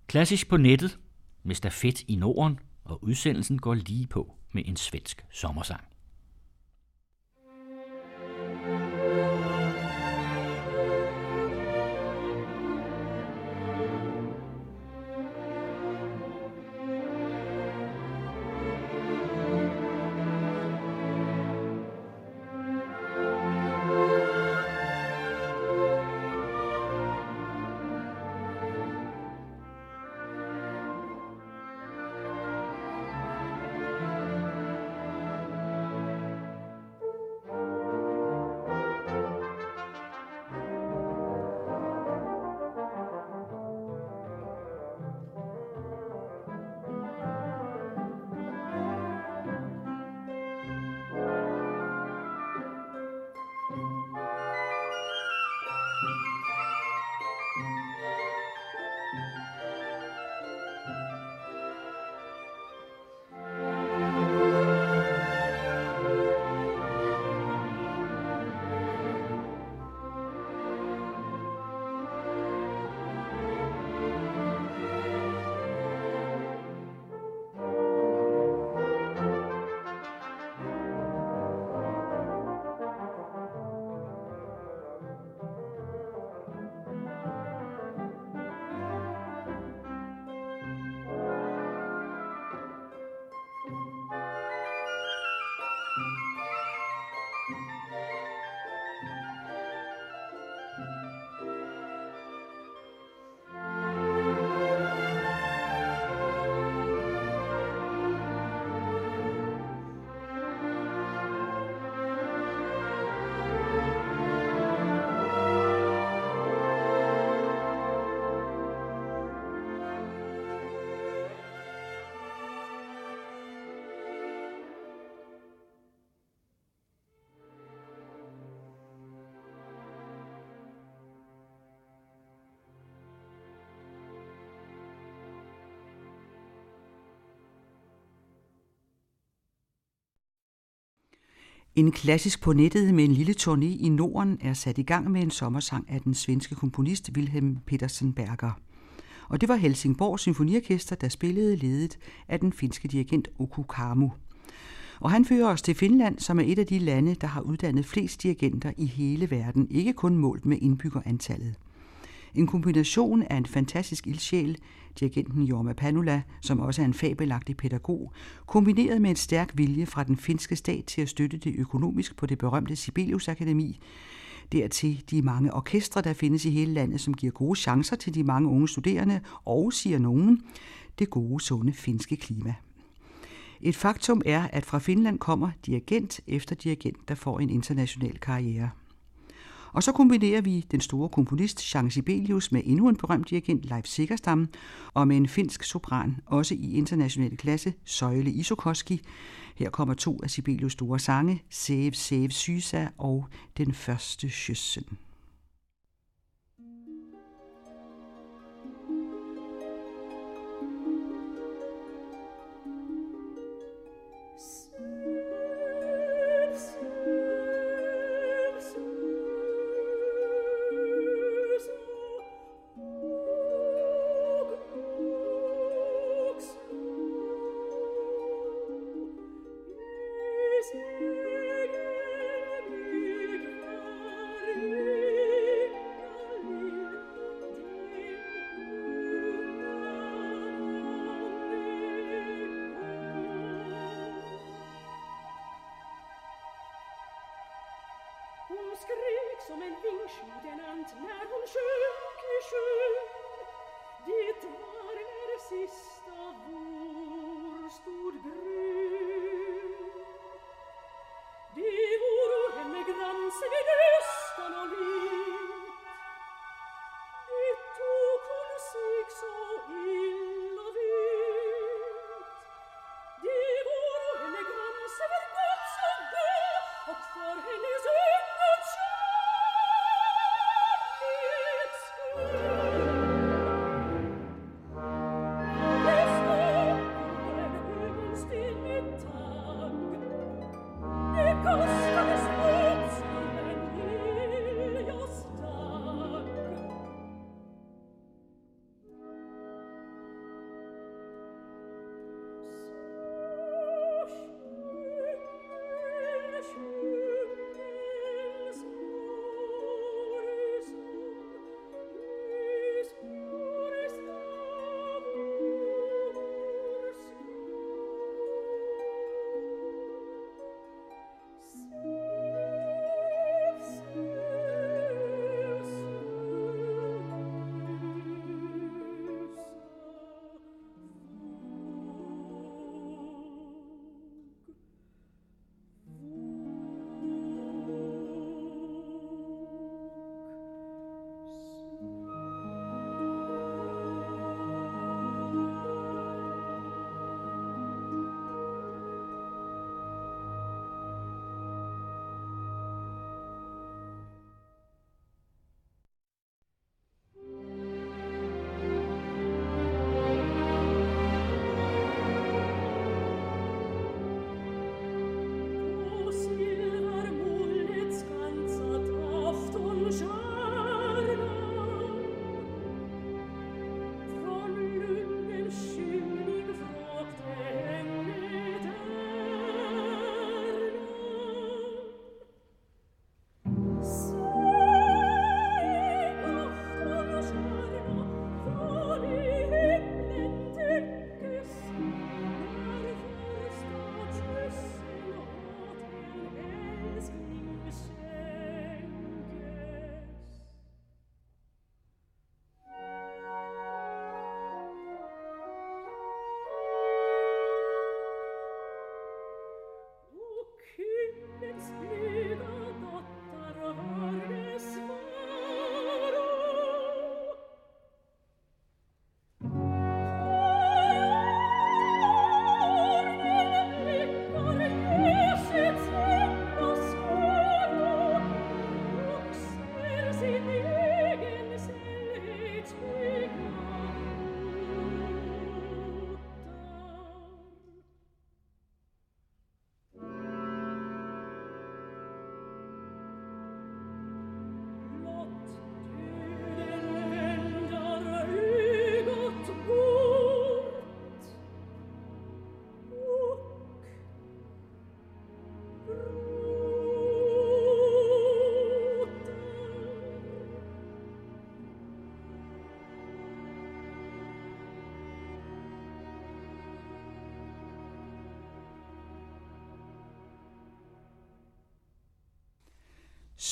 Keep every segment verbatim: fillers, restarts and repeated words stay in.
Klassisk på nettet med stafet i Norden, og udsendelsen går lige på med en svensk sommersang. En klassisk på nettet med en lille turné i Norden er sat i gang med en sommersang af den svenske komponist Wilhelm Petersen Berger. Og det var Helsingborg Symfoniorkester, der spillede ledet af den finske dirigent Ouko Karmo. Og han fører os til Finland, som er et af de lande, der har uddannet flest dirigenter i hele verden, ikke kun målt med indbyggerantallet. En kombination af en fantastisk ildsjæl, dirigenten Jorma Panula, som også er en fabelagtig pædagog, kombineret med en stærk vilje fra den finske stat til at støtte det økonomisk på det berømte Sibelius Akademi, dertil de mange orkestre, der findes i hele landet, som giver gode chancer til de mange unge studerende, og, siger nogen, det gode, sunde finske klima. Et faktum er, at fra Finland kommer dirigent efter dirigent, der får en international karriere. Og så kombinerer vi den store komponist Jean Sibelius med endnu en berømt dirigent, Leif Segerstam, og med en finsk sopran, også i international klasse, Soile Isokoski. Her kommer to af Sibelius store sange, Save, Save Sysa og Den første kyssen. Thank you.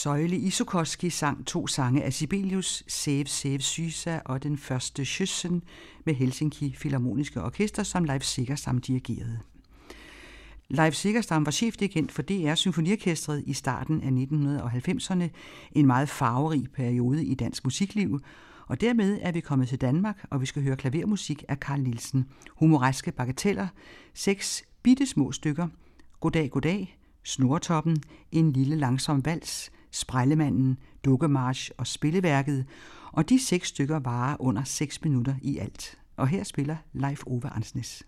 Soile Isokoski sang to sange af Sibelius, Save Save Sysa og den første Kyssen med Helsinki Filharmoniske Orkester, som Leif Segerstam dirigerede. Leif Segerstam var chefdirigent for D R Symfoniorkestret i starten af nitten halvfemserne, en meget farverig periode i dansk musikliv, og dermed er vi kommet til Danmark, og vi skal høre klavermusik af Carl Nielsen. Humoreske bagateller, seks bittesmå stykker, Goddag, goddag, Snortoppen, En lille langsom vals, Sprællemanden, Dukkemarch og Spilleværket, og de seks stykker varer under seks minutter i alt. Og her spiller Leif Ove Ansnes.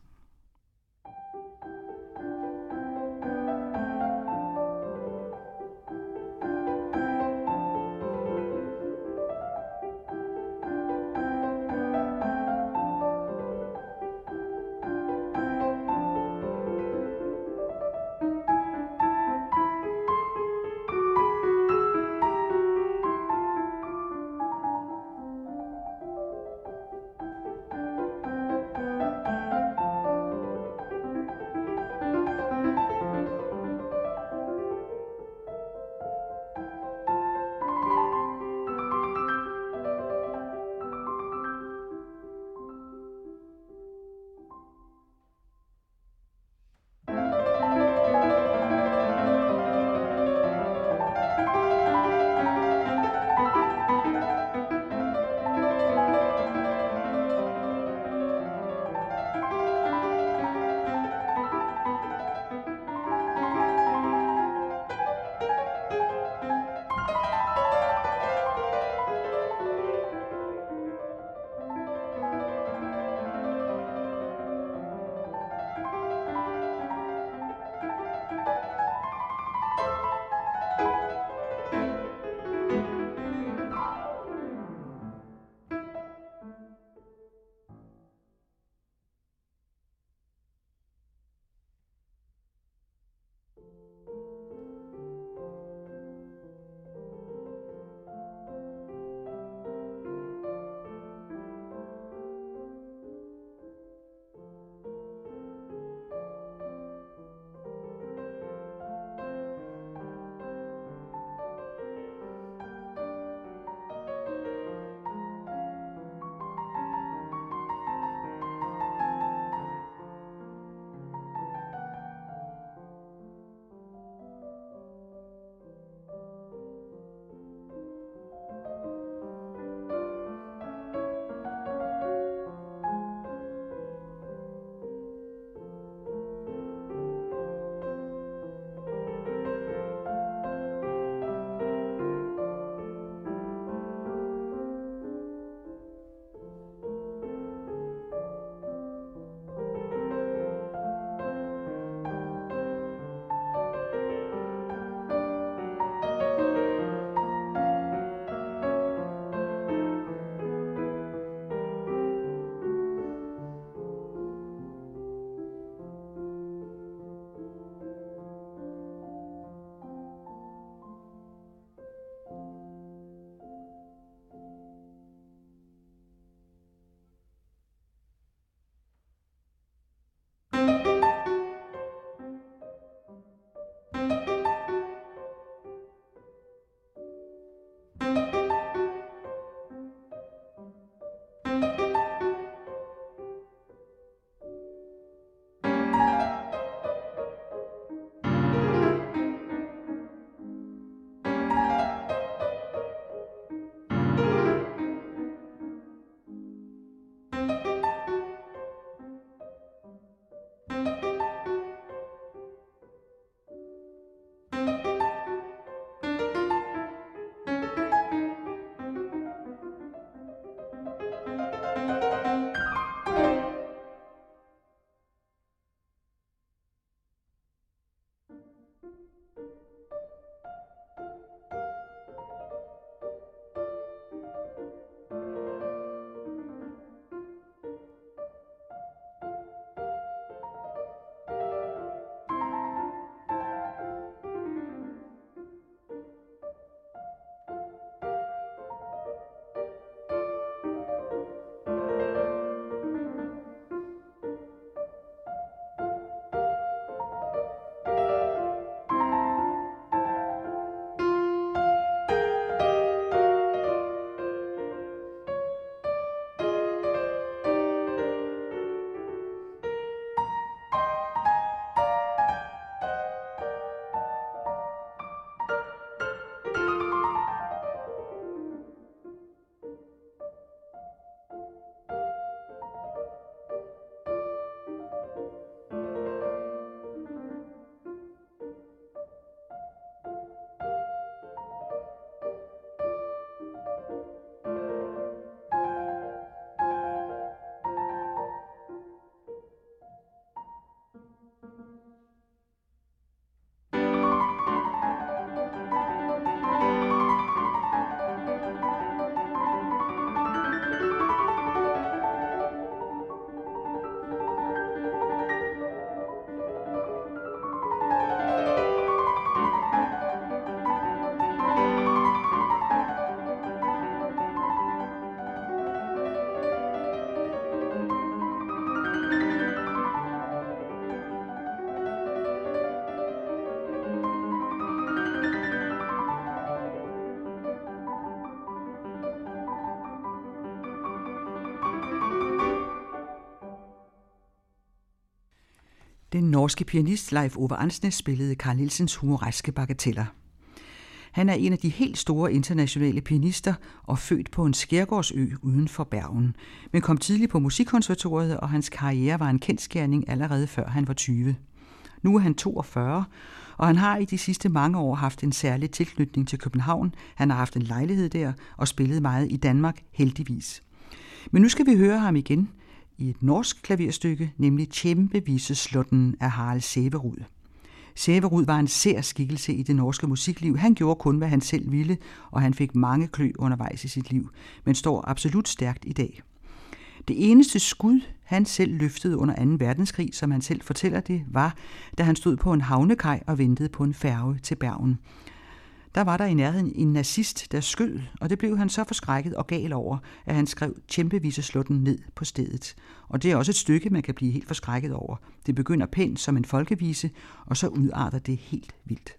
Den norske pianist Leif Ove Andsnes spillede Carl Nielsens humoreske bagateller. Han er en af de helt store internationale pianister og født på en skærgårdsø uden for Bergen, men kom tidligt på musikkonservatoriet, og hans karriere var en kendsgerning allerede før han var tyve. Nu er han toogfyrre, og han har i de sidste mange år haft en særlig tilknytning til København. Han har haft en lejlighed der og spillet meget i Danmark, heldigvis. Men nu skal vi høre ham igen i et norsk klaverstykke, nemlig Kjempeviseslåtten af Harald Sæverud. Sæverud var en sær skikkelse i det norske musikliv. Han gjorde kun, hvad han selv ville, og han fik mange klø undervejs i sit liv, men står absolut stærkt i dag. Det eneste skud, han selv løftede under anden verdenskrig, som han selv fortæller det, var, da han stod på en havnekaj og ventede på en færge til Bergen. Der var der i nærheden en nazist, der skød, og det blev han så forskrækket og gal over, at han skrev Kjempeviseslåtten ned på stedet. Og det er også et stykke, man kan blive helt forskrækket over. Det begynder pænt som en folkevise, og så udarter det helt vildt.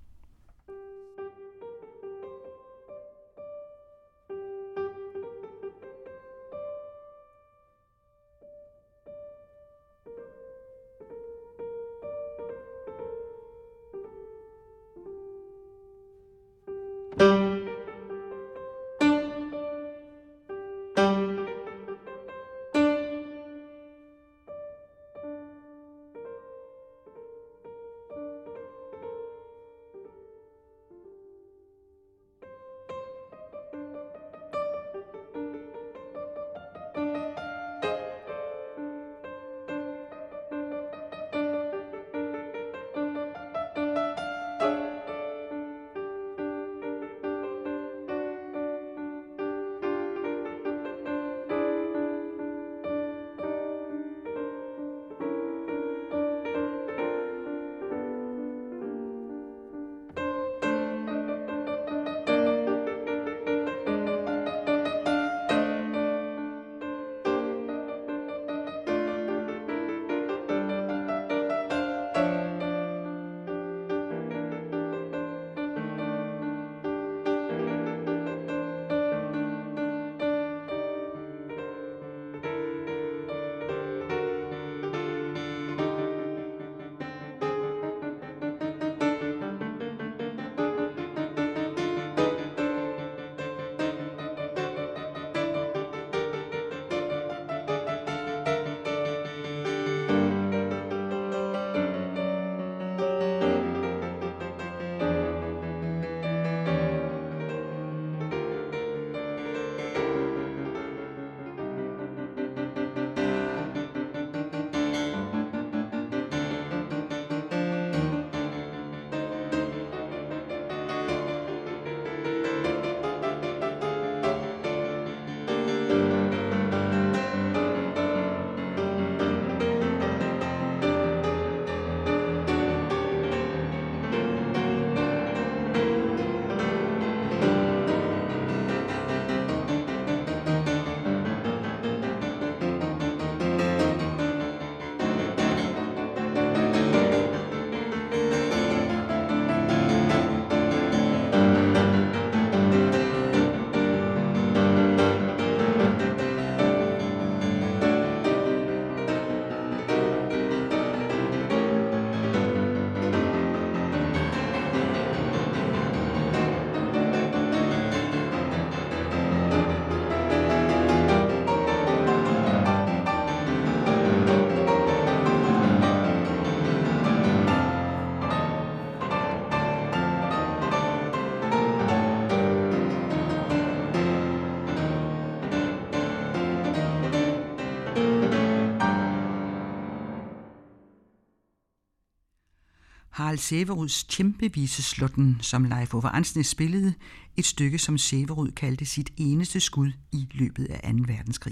Harald Sæveruds Kjempeviseslåtten, som Leif Ove Andsnes spillede, et stykke, som Sæverud kaldte sit eneste skud i løbet af anden verdenskrig.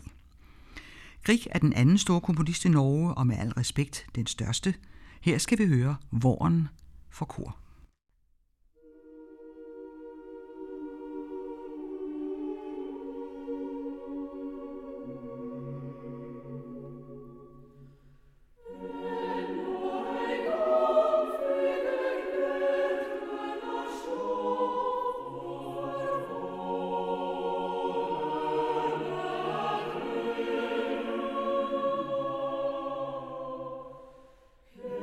Grieg er den anden store komponist i Norge, og med al respekt den største. Her skal vi høre Våren for kor. Yeah.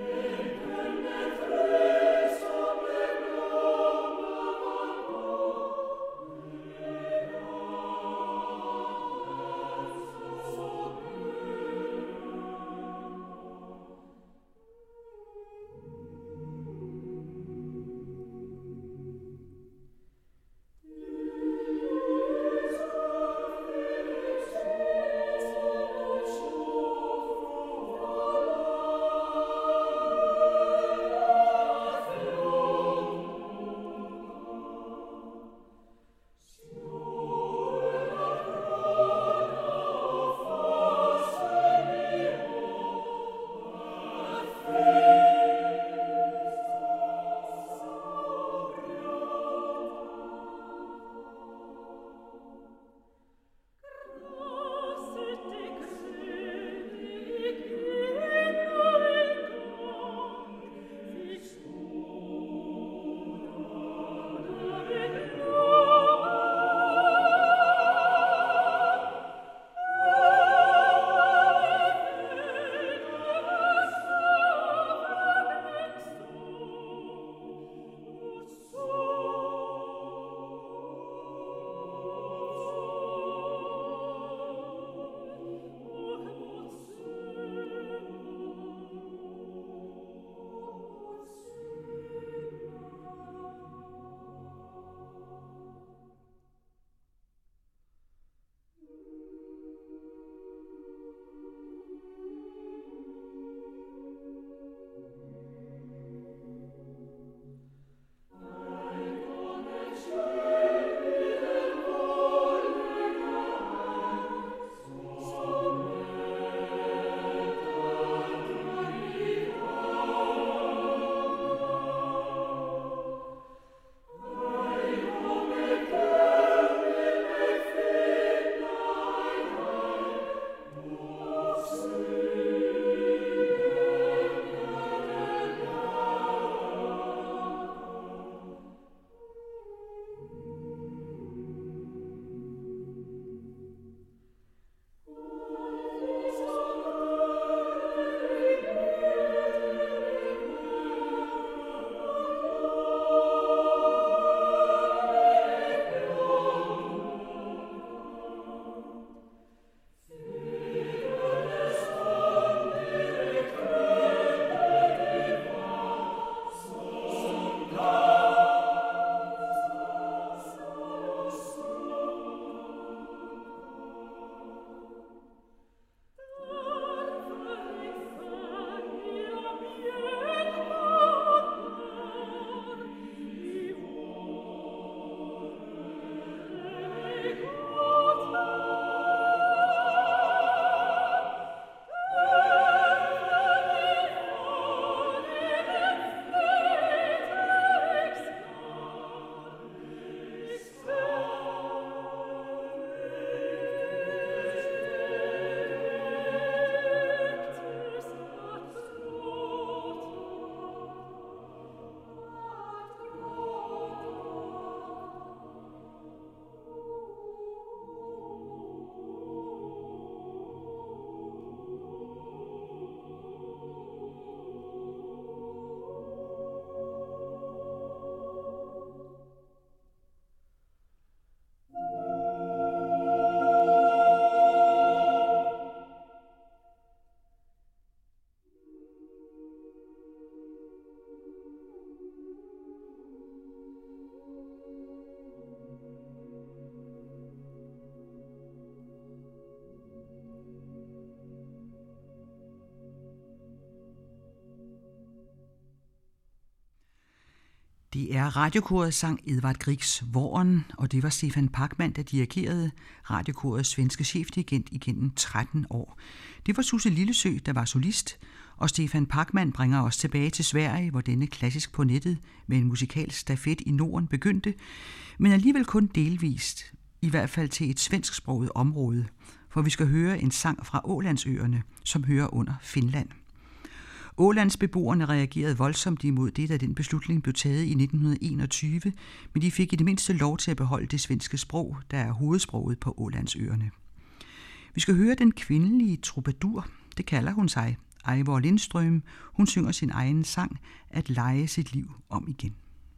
Det er radiokoret sang Edvard Griegs Våren, og det var Stefan Pachman, der dirigerede radiokorets svenske chefdirigent igennem tretten år. Det var Susse Lillesø, der var solist, og Stefan Pachman bringer os tilbage til Sverige, hvor denne klassisk på nettet med en musikalsk stafet i Norden begyndte, men alligevel kun delvist, i hvert fald til et svensksproget område, for vi skal høre en sang fra Ålandsøerne, som hører under Finland. Ålandsbeboerne reagerede voldsomt imod det, da den beslutning blev taget i nitten enogtyve, men de fik i det mindste lov til at beholde det svenske sprog, der er hovedsproget på Ålandsøerne. Vi skal høre den kvindelige troubadour, det kalder hun sig, Eivor Lindström. Hun synger sin egen sang, At lege sit liv om igen.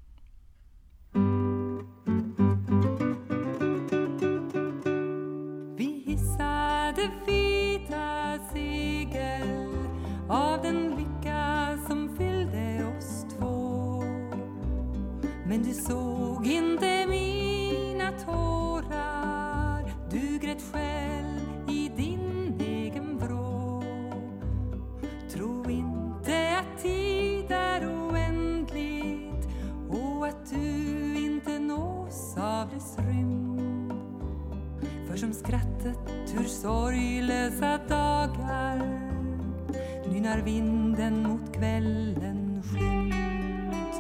Vi hissade vita segel av den lycka som fyllde oss två, men du såg inte mina tårar, du grät själv i din egen vrå. Tro inte att tid är oändligt och att du inte nås av dess rymd, för som skrattet ur sorglösa dagar nynnar vinden mot kvällen skymt.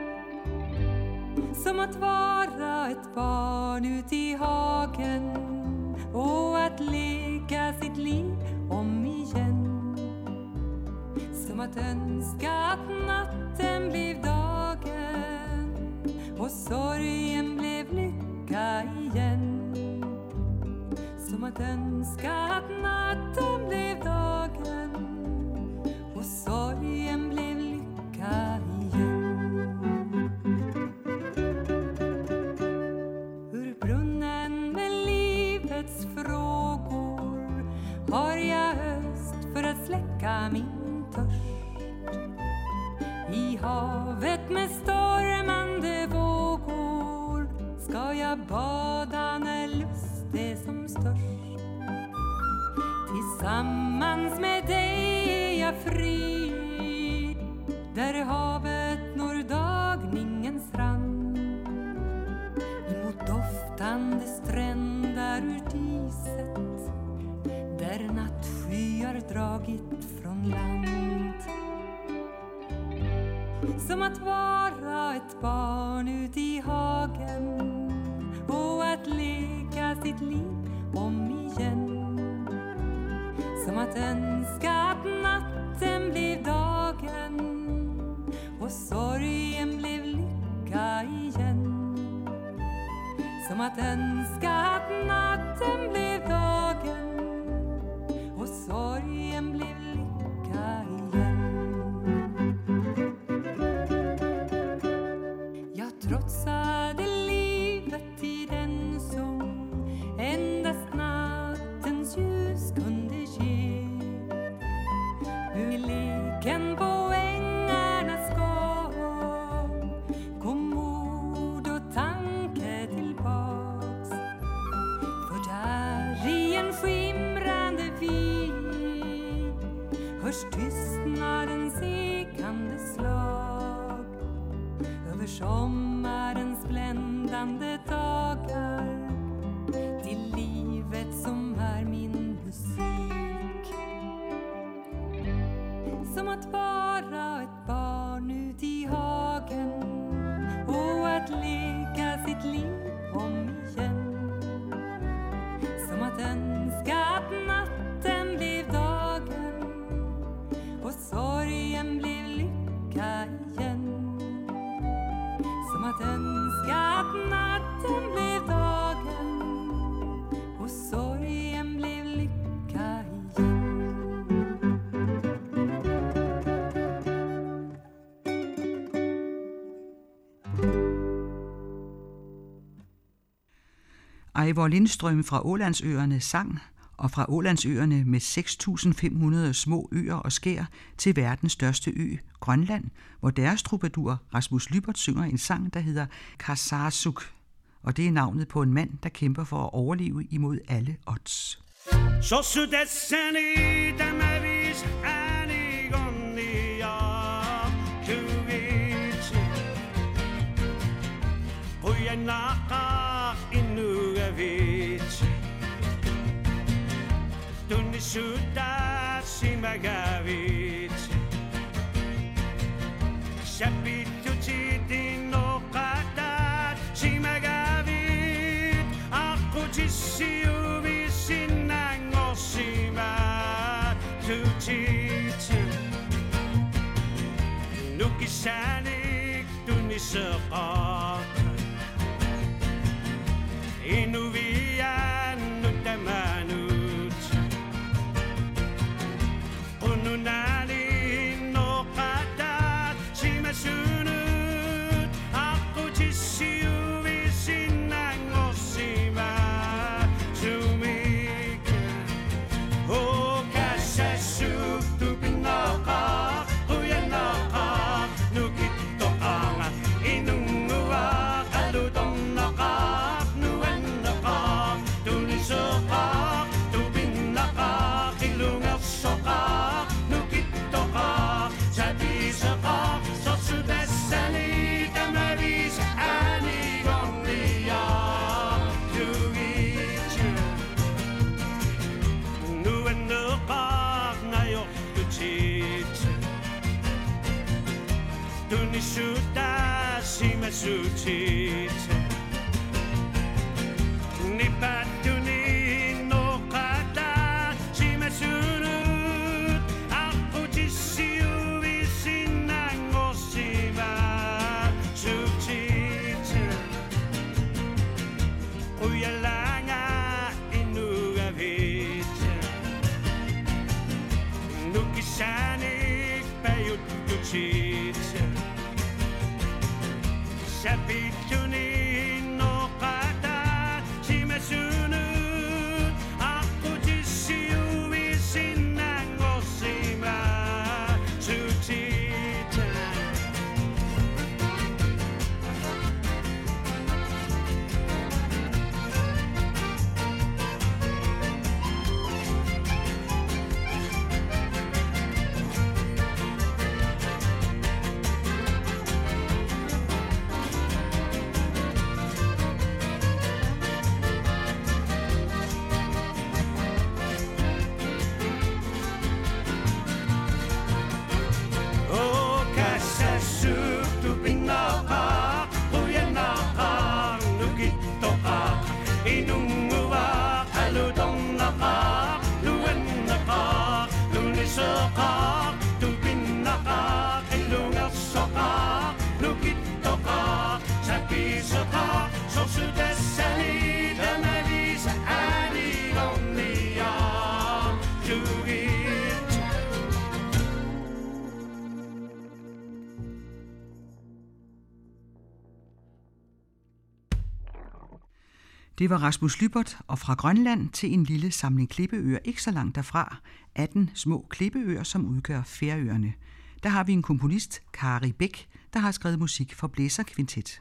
Som att vara ett barn ut i hagen och att leka sitt liv om igen. Som att önska att natten blev dagen och sorgen blev lycka igen. Som att önska att natten blev dagen och sorgen blev lycka igen. Ur brunnen med livets frågor har jag öst för att släcka min törst. I havet med stormande vågor ska jag bada när lust är som störst. Tillsammans med dig är jag fri, där havet når dagningens rand. Emot doftande strändar ur diset, där nattskyar dragit från land. Som att vara ett barn ut i hagen och att leka sitt liv om igen. Som att önska att natten blev dagen och sorgen blev lycka igen. Som att önska att natten blev dagen och sorgen blev lycka igen. Jag trotsade livet i den som endast nattens ljus kunde ge. Ur leken på ängarnas gång kom ord och tanke tillbaks. För där i en skimrande vik hörs tystnadens ekande slag över sommarens bländande dagar till livet som är min musik. Som att vara ett barn ut i hagen och att leka sitt liv om igen. Som att önska att natten blev dagen och sorgen blev lycka igen. Som att önska att natten blev dagen och sorgen blev lycka igen. Eivor Lindström fra Ålandsøerne sang, og fra Ålandsøerne med seks tusind fem hundrede små øer og skær til verdens største ø, Grønland, hvor deres troubadour Rasmus Lybert synger en sang, der hedder Karsasuk, og det er navnet på en mand, der kæmper for at overleve imod alle odds. Så sudessen i dem er vis er ni gång i ja, kuvits naqa inugavit Tunni suda simagavit Shapitu chitino qatat simagavit Aku tisiu visinang osimat tutit Nukisanik tunni seqaq Inuvian nutamanut Ununani no qatat simasunut Aku tisiu visinang osimat sumik O kasasuk tupinaqaq uyanaqaq nukitto anga inunguaq alutonnaqaq nuannaqaq tunisoqaq tupinaqaq ilungersoqaq nukittoqaq satisaqaq sorsudassani tamavis anigorniaq tugitju nuannaqaq ngajortutit Tunisuta simasutit Nipatuni no qatat simasunut Aku tisiu visinang osimat sutit Uyalanga inugavit Nukisanik payuttutit Sapituni no qatat simasunut Aku tisiu visinang osimat sutit O kasasuk tupinaqaq uyanaqaq nukittoqaq inunguaq alutonnaqaq luannaqaq lunisoqaq tupinaqaq ilungersoqaq nukittoqaq sapisoqaq sorsudassani tamavis anigorniaq tugit Det var Rasmus Lybert, og fra Grønland til en lille samling klippeøer ikke så langt derfra, atten små klippeøer, som udgør Færøerne. Der har vi en komponist, Kari Bæk, der har skrevet musik for blæserkvintet.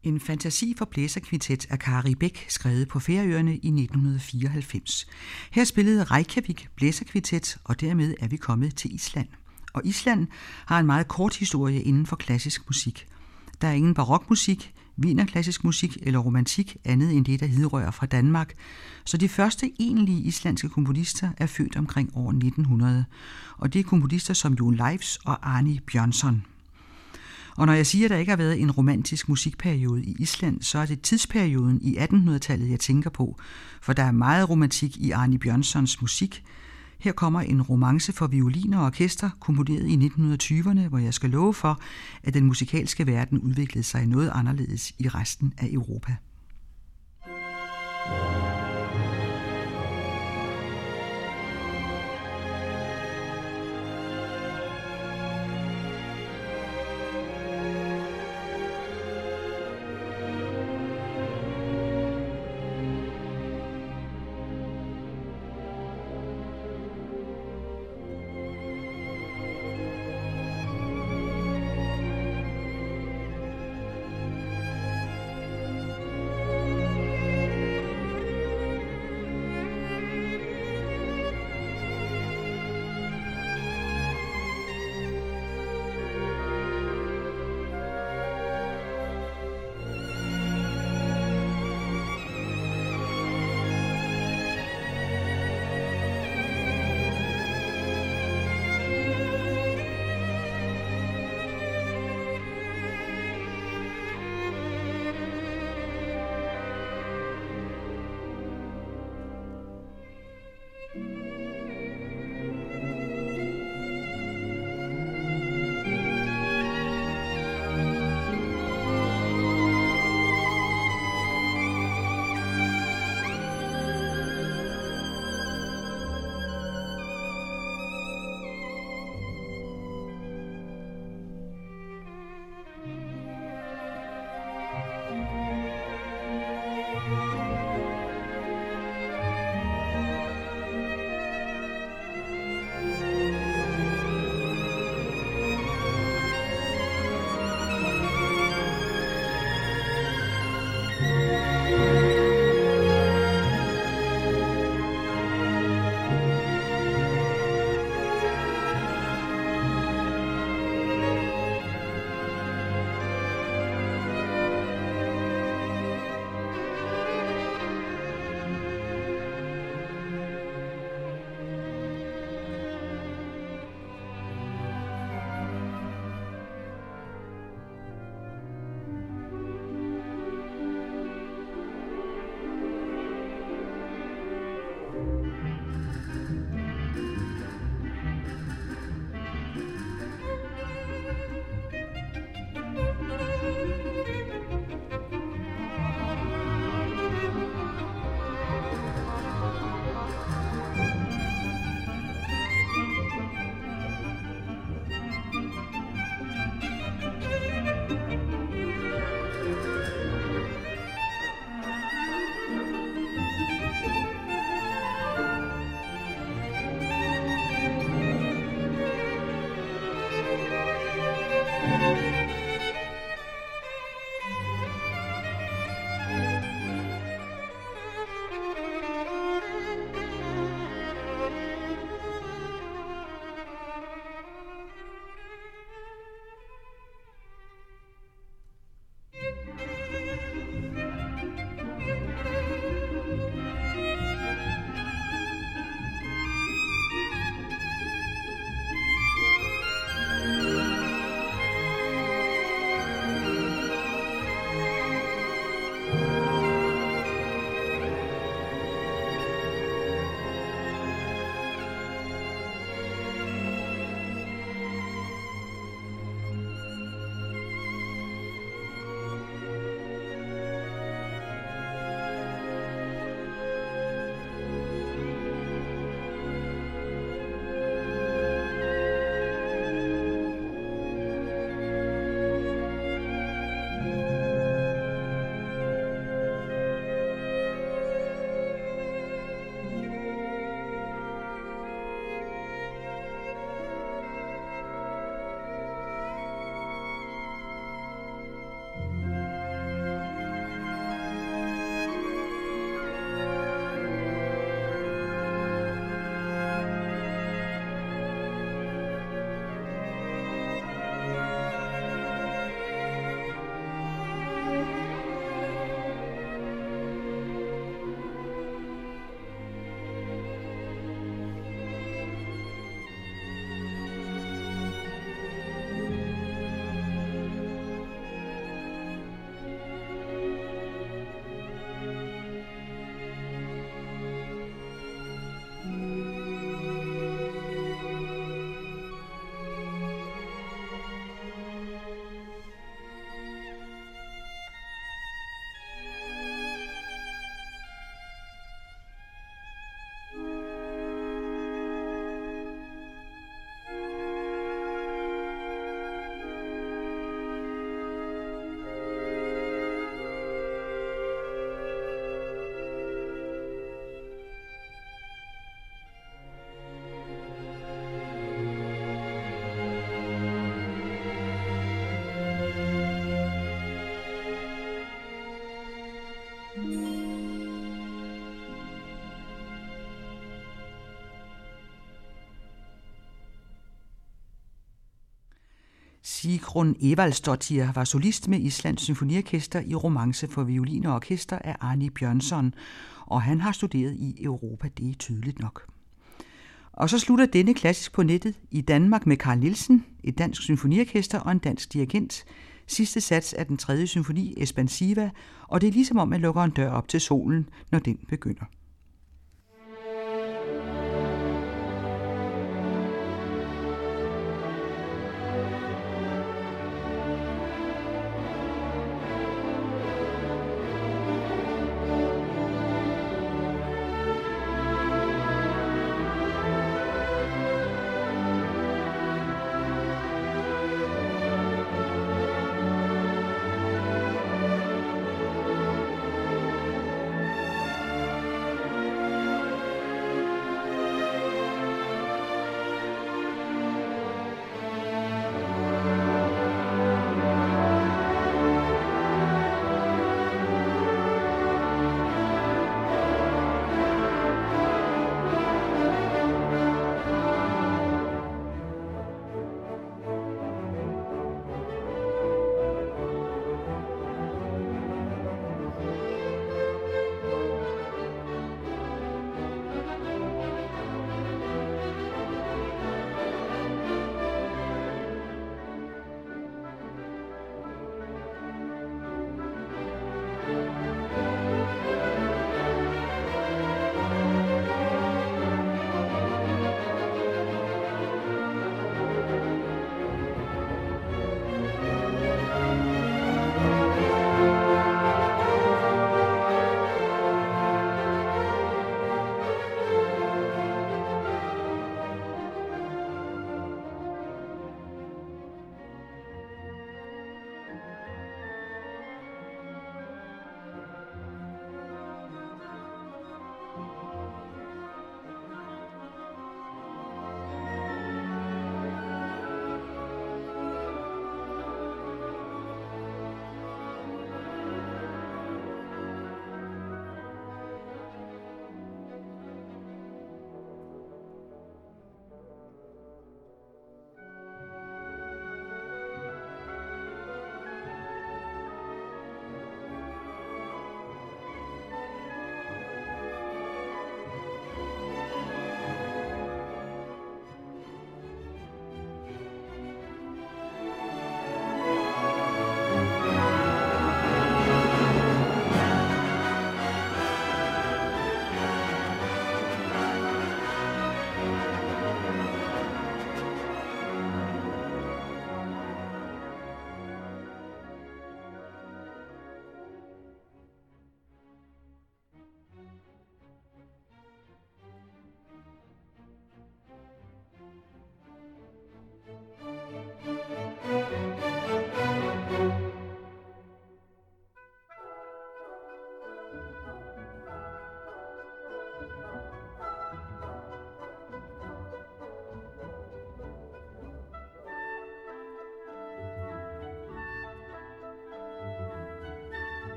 En fantasi for blæserkvintet af Kari Bech, skrevet på Færøerne i nitten fireoghalvfems. Her spillede Reykjavik blæserkvintet, og dermed er vi kommet til Island. Og Island har en meget kort historie inden for klassisk musik. Der er ingen barokmusik, wienerklassisk musik eller romantik andet end det, der hidrører fra Danmark. Så de første egentlige islandske komponister er født omkring år nitten hundrede. Og det er komponister som Jón Leifs og Árni Björnsson. Og når jeg siger, at der ikke har været en romantisk musikperiode i Island, så er det tidsperioden i attenhundredetallet, jeg tænker på. For der er meget romantik i Árni Björnssons musik. Her kommer en romance for violin og orkester, komponeret i nitten tyverne, hvor jeg skal love for, at den musikalske verden udviklede sig noget anderledes i resten af Europa. Sigrun Evaldsdottir var solist med Islands Symfoniorkester i Romance for violin og orkester af Arni Bjørnsson, og han har studeret i Europa, det er tydeligt nok. Og så slutter denne klassisk på nettet i Danmark med Carl Nielsen, et dansk symfoniorkester og en dansk dirigent. Sidste sats af den tredje symfoni, Espansiva, og det er ligesom om, man lukker en dør op til solen, når den begynder.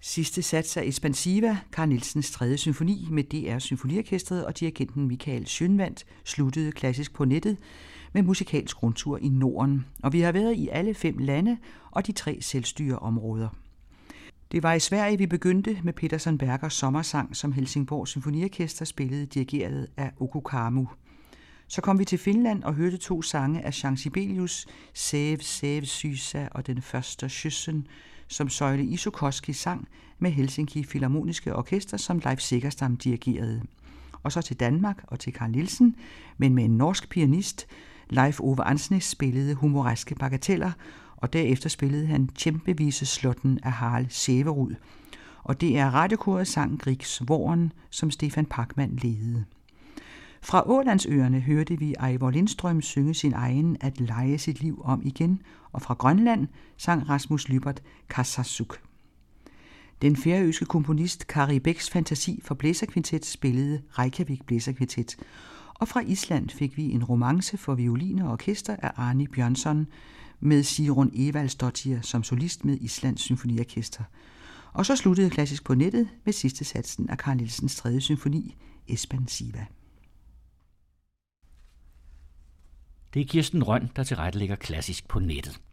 Sidste sats af Espansiva, Carl Nielsens tredje symfoni med D R Symfoniorkestret og dirigenten Michael Schønwandt, sluttede klassisk på nettet med musikalsk rundtur i Norden. Og vi har været i alle fem lande og de tre selvstyreområder. Det var i Sverige, vi begyndte med Peterson Bergers sommersang, som Helsingborg Symfoniorkester spillede dirigeret af Okko Karmu. Så kom vi til Finland og hørte to sange af Jean Sibelius, Säve, Säve Sysa og Den første kyssen, som Søjle Isokoski sang med Helsinki Filharmoniske Orkester, som Leif Segerstam dirigerede. Og så til Danmark og til Carl Nielsen, men med en norsk pianist. Leif Ove Ansnes spillede humoreske bagateller, og derefter spillede han Kæmpevise Slotten af Harald Sæverud. Og det er radiokoret sang Griegs Våren, som Stefan Pachman ledede. Fra Ålandsøerne hørte vi Eivor Lindstrøm synge sin egen At lege sit liv om igen, og fra Grønland sang Rasmus Lybert Kassasuk. Den færøske komponist Kari Bæks fantasi for blæserkvintet spillede Reykjavik Blæserkvintet, og fra Island fik vi en romance for violin og orkester af Arni Bjørnsson med Sigrun Evaldsdottir som solist med Islands Symfoniorkester. Og så sluttede klassisk på nettet med sidste satsen af Carl Nielsens tredje symfoni, Espansiva. Det er Kirsten Rønn, der tilrettelægger klassisk på nettet.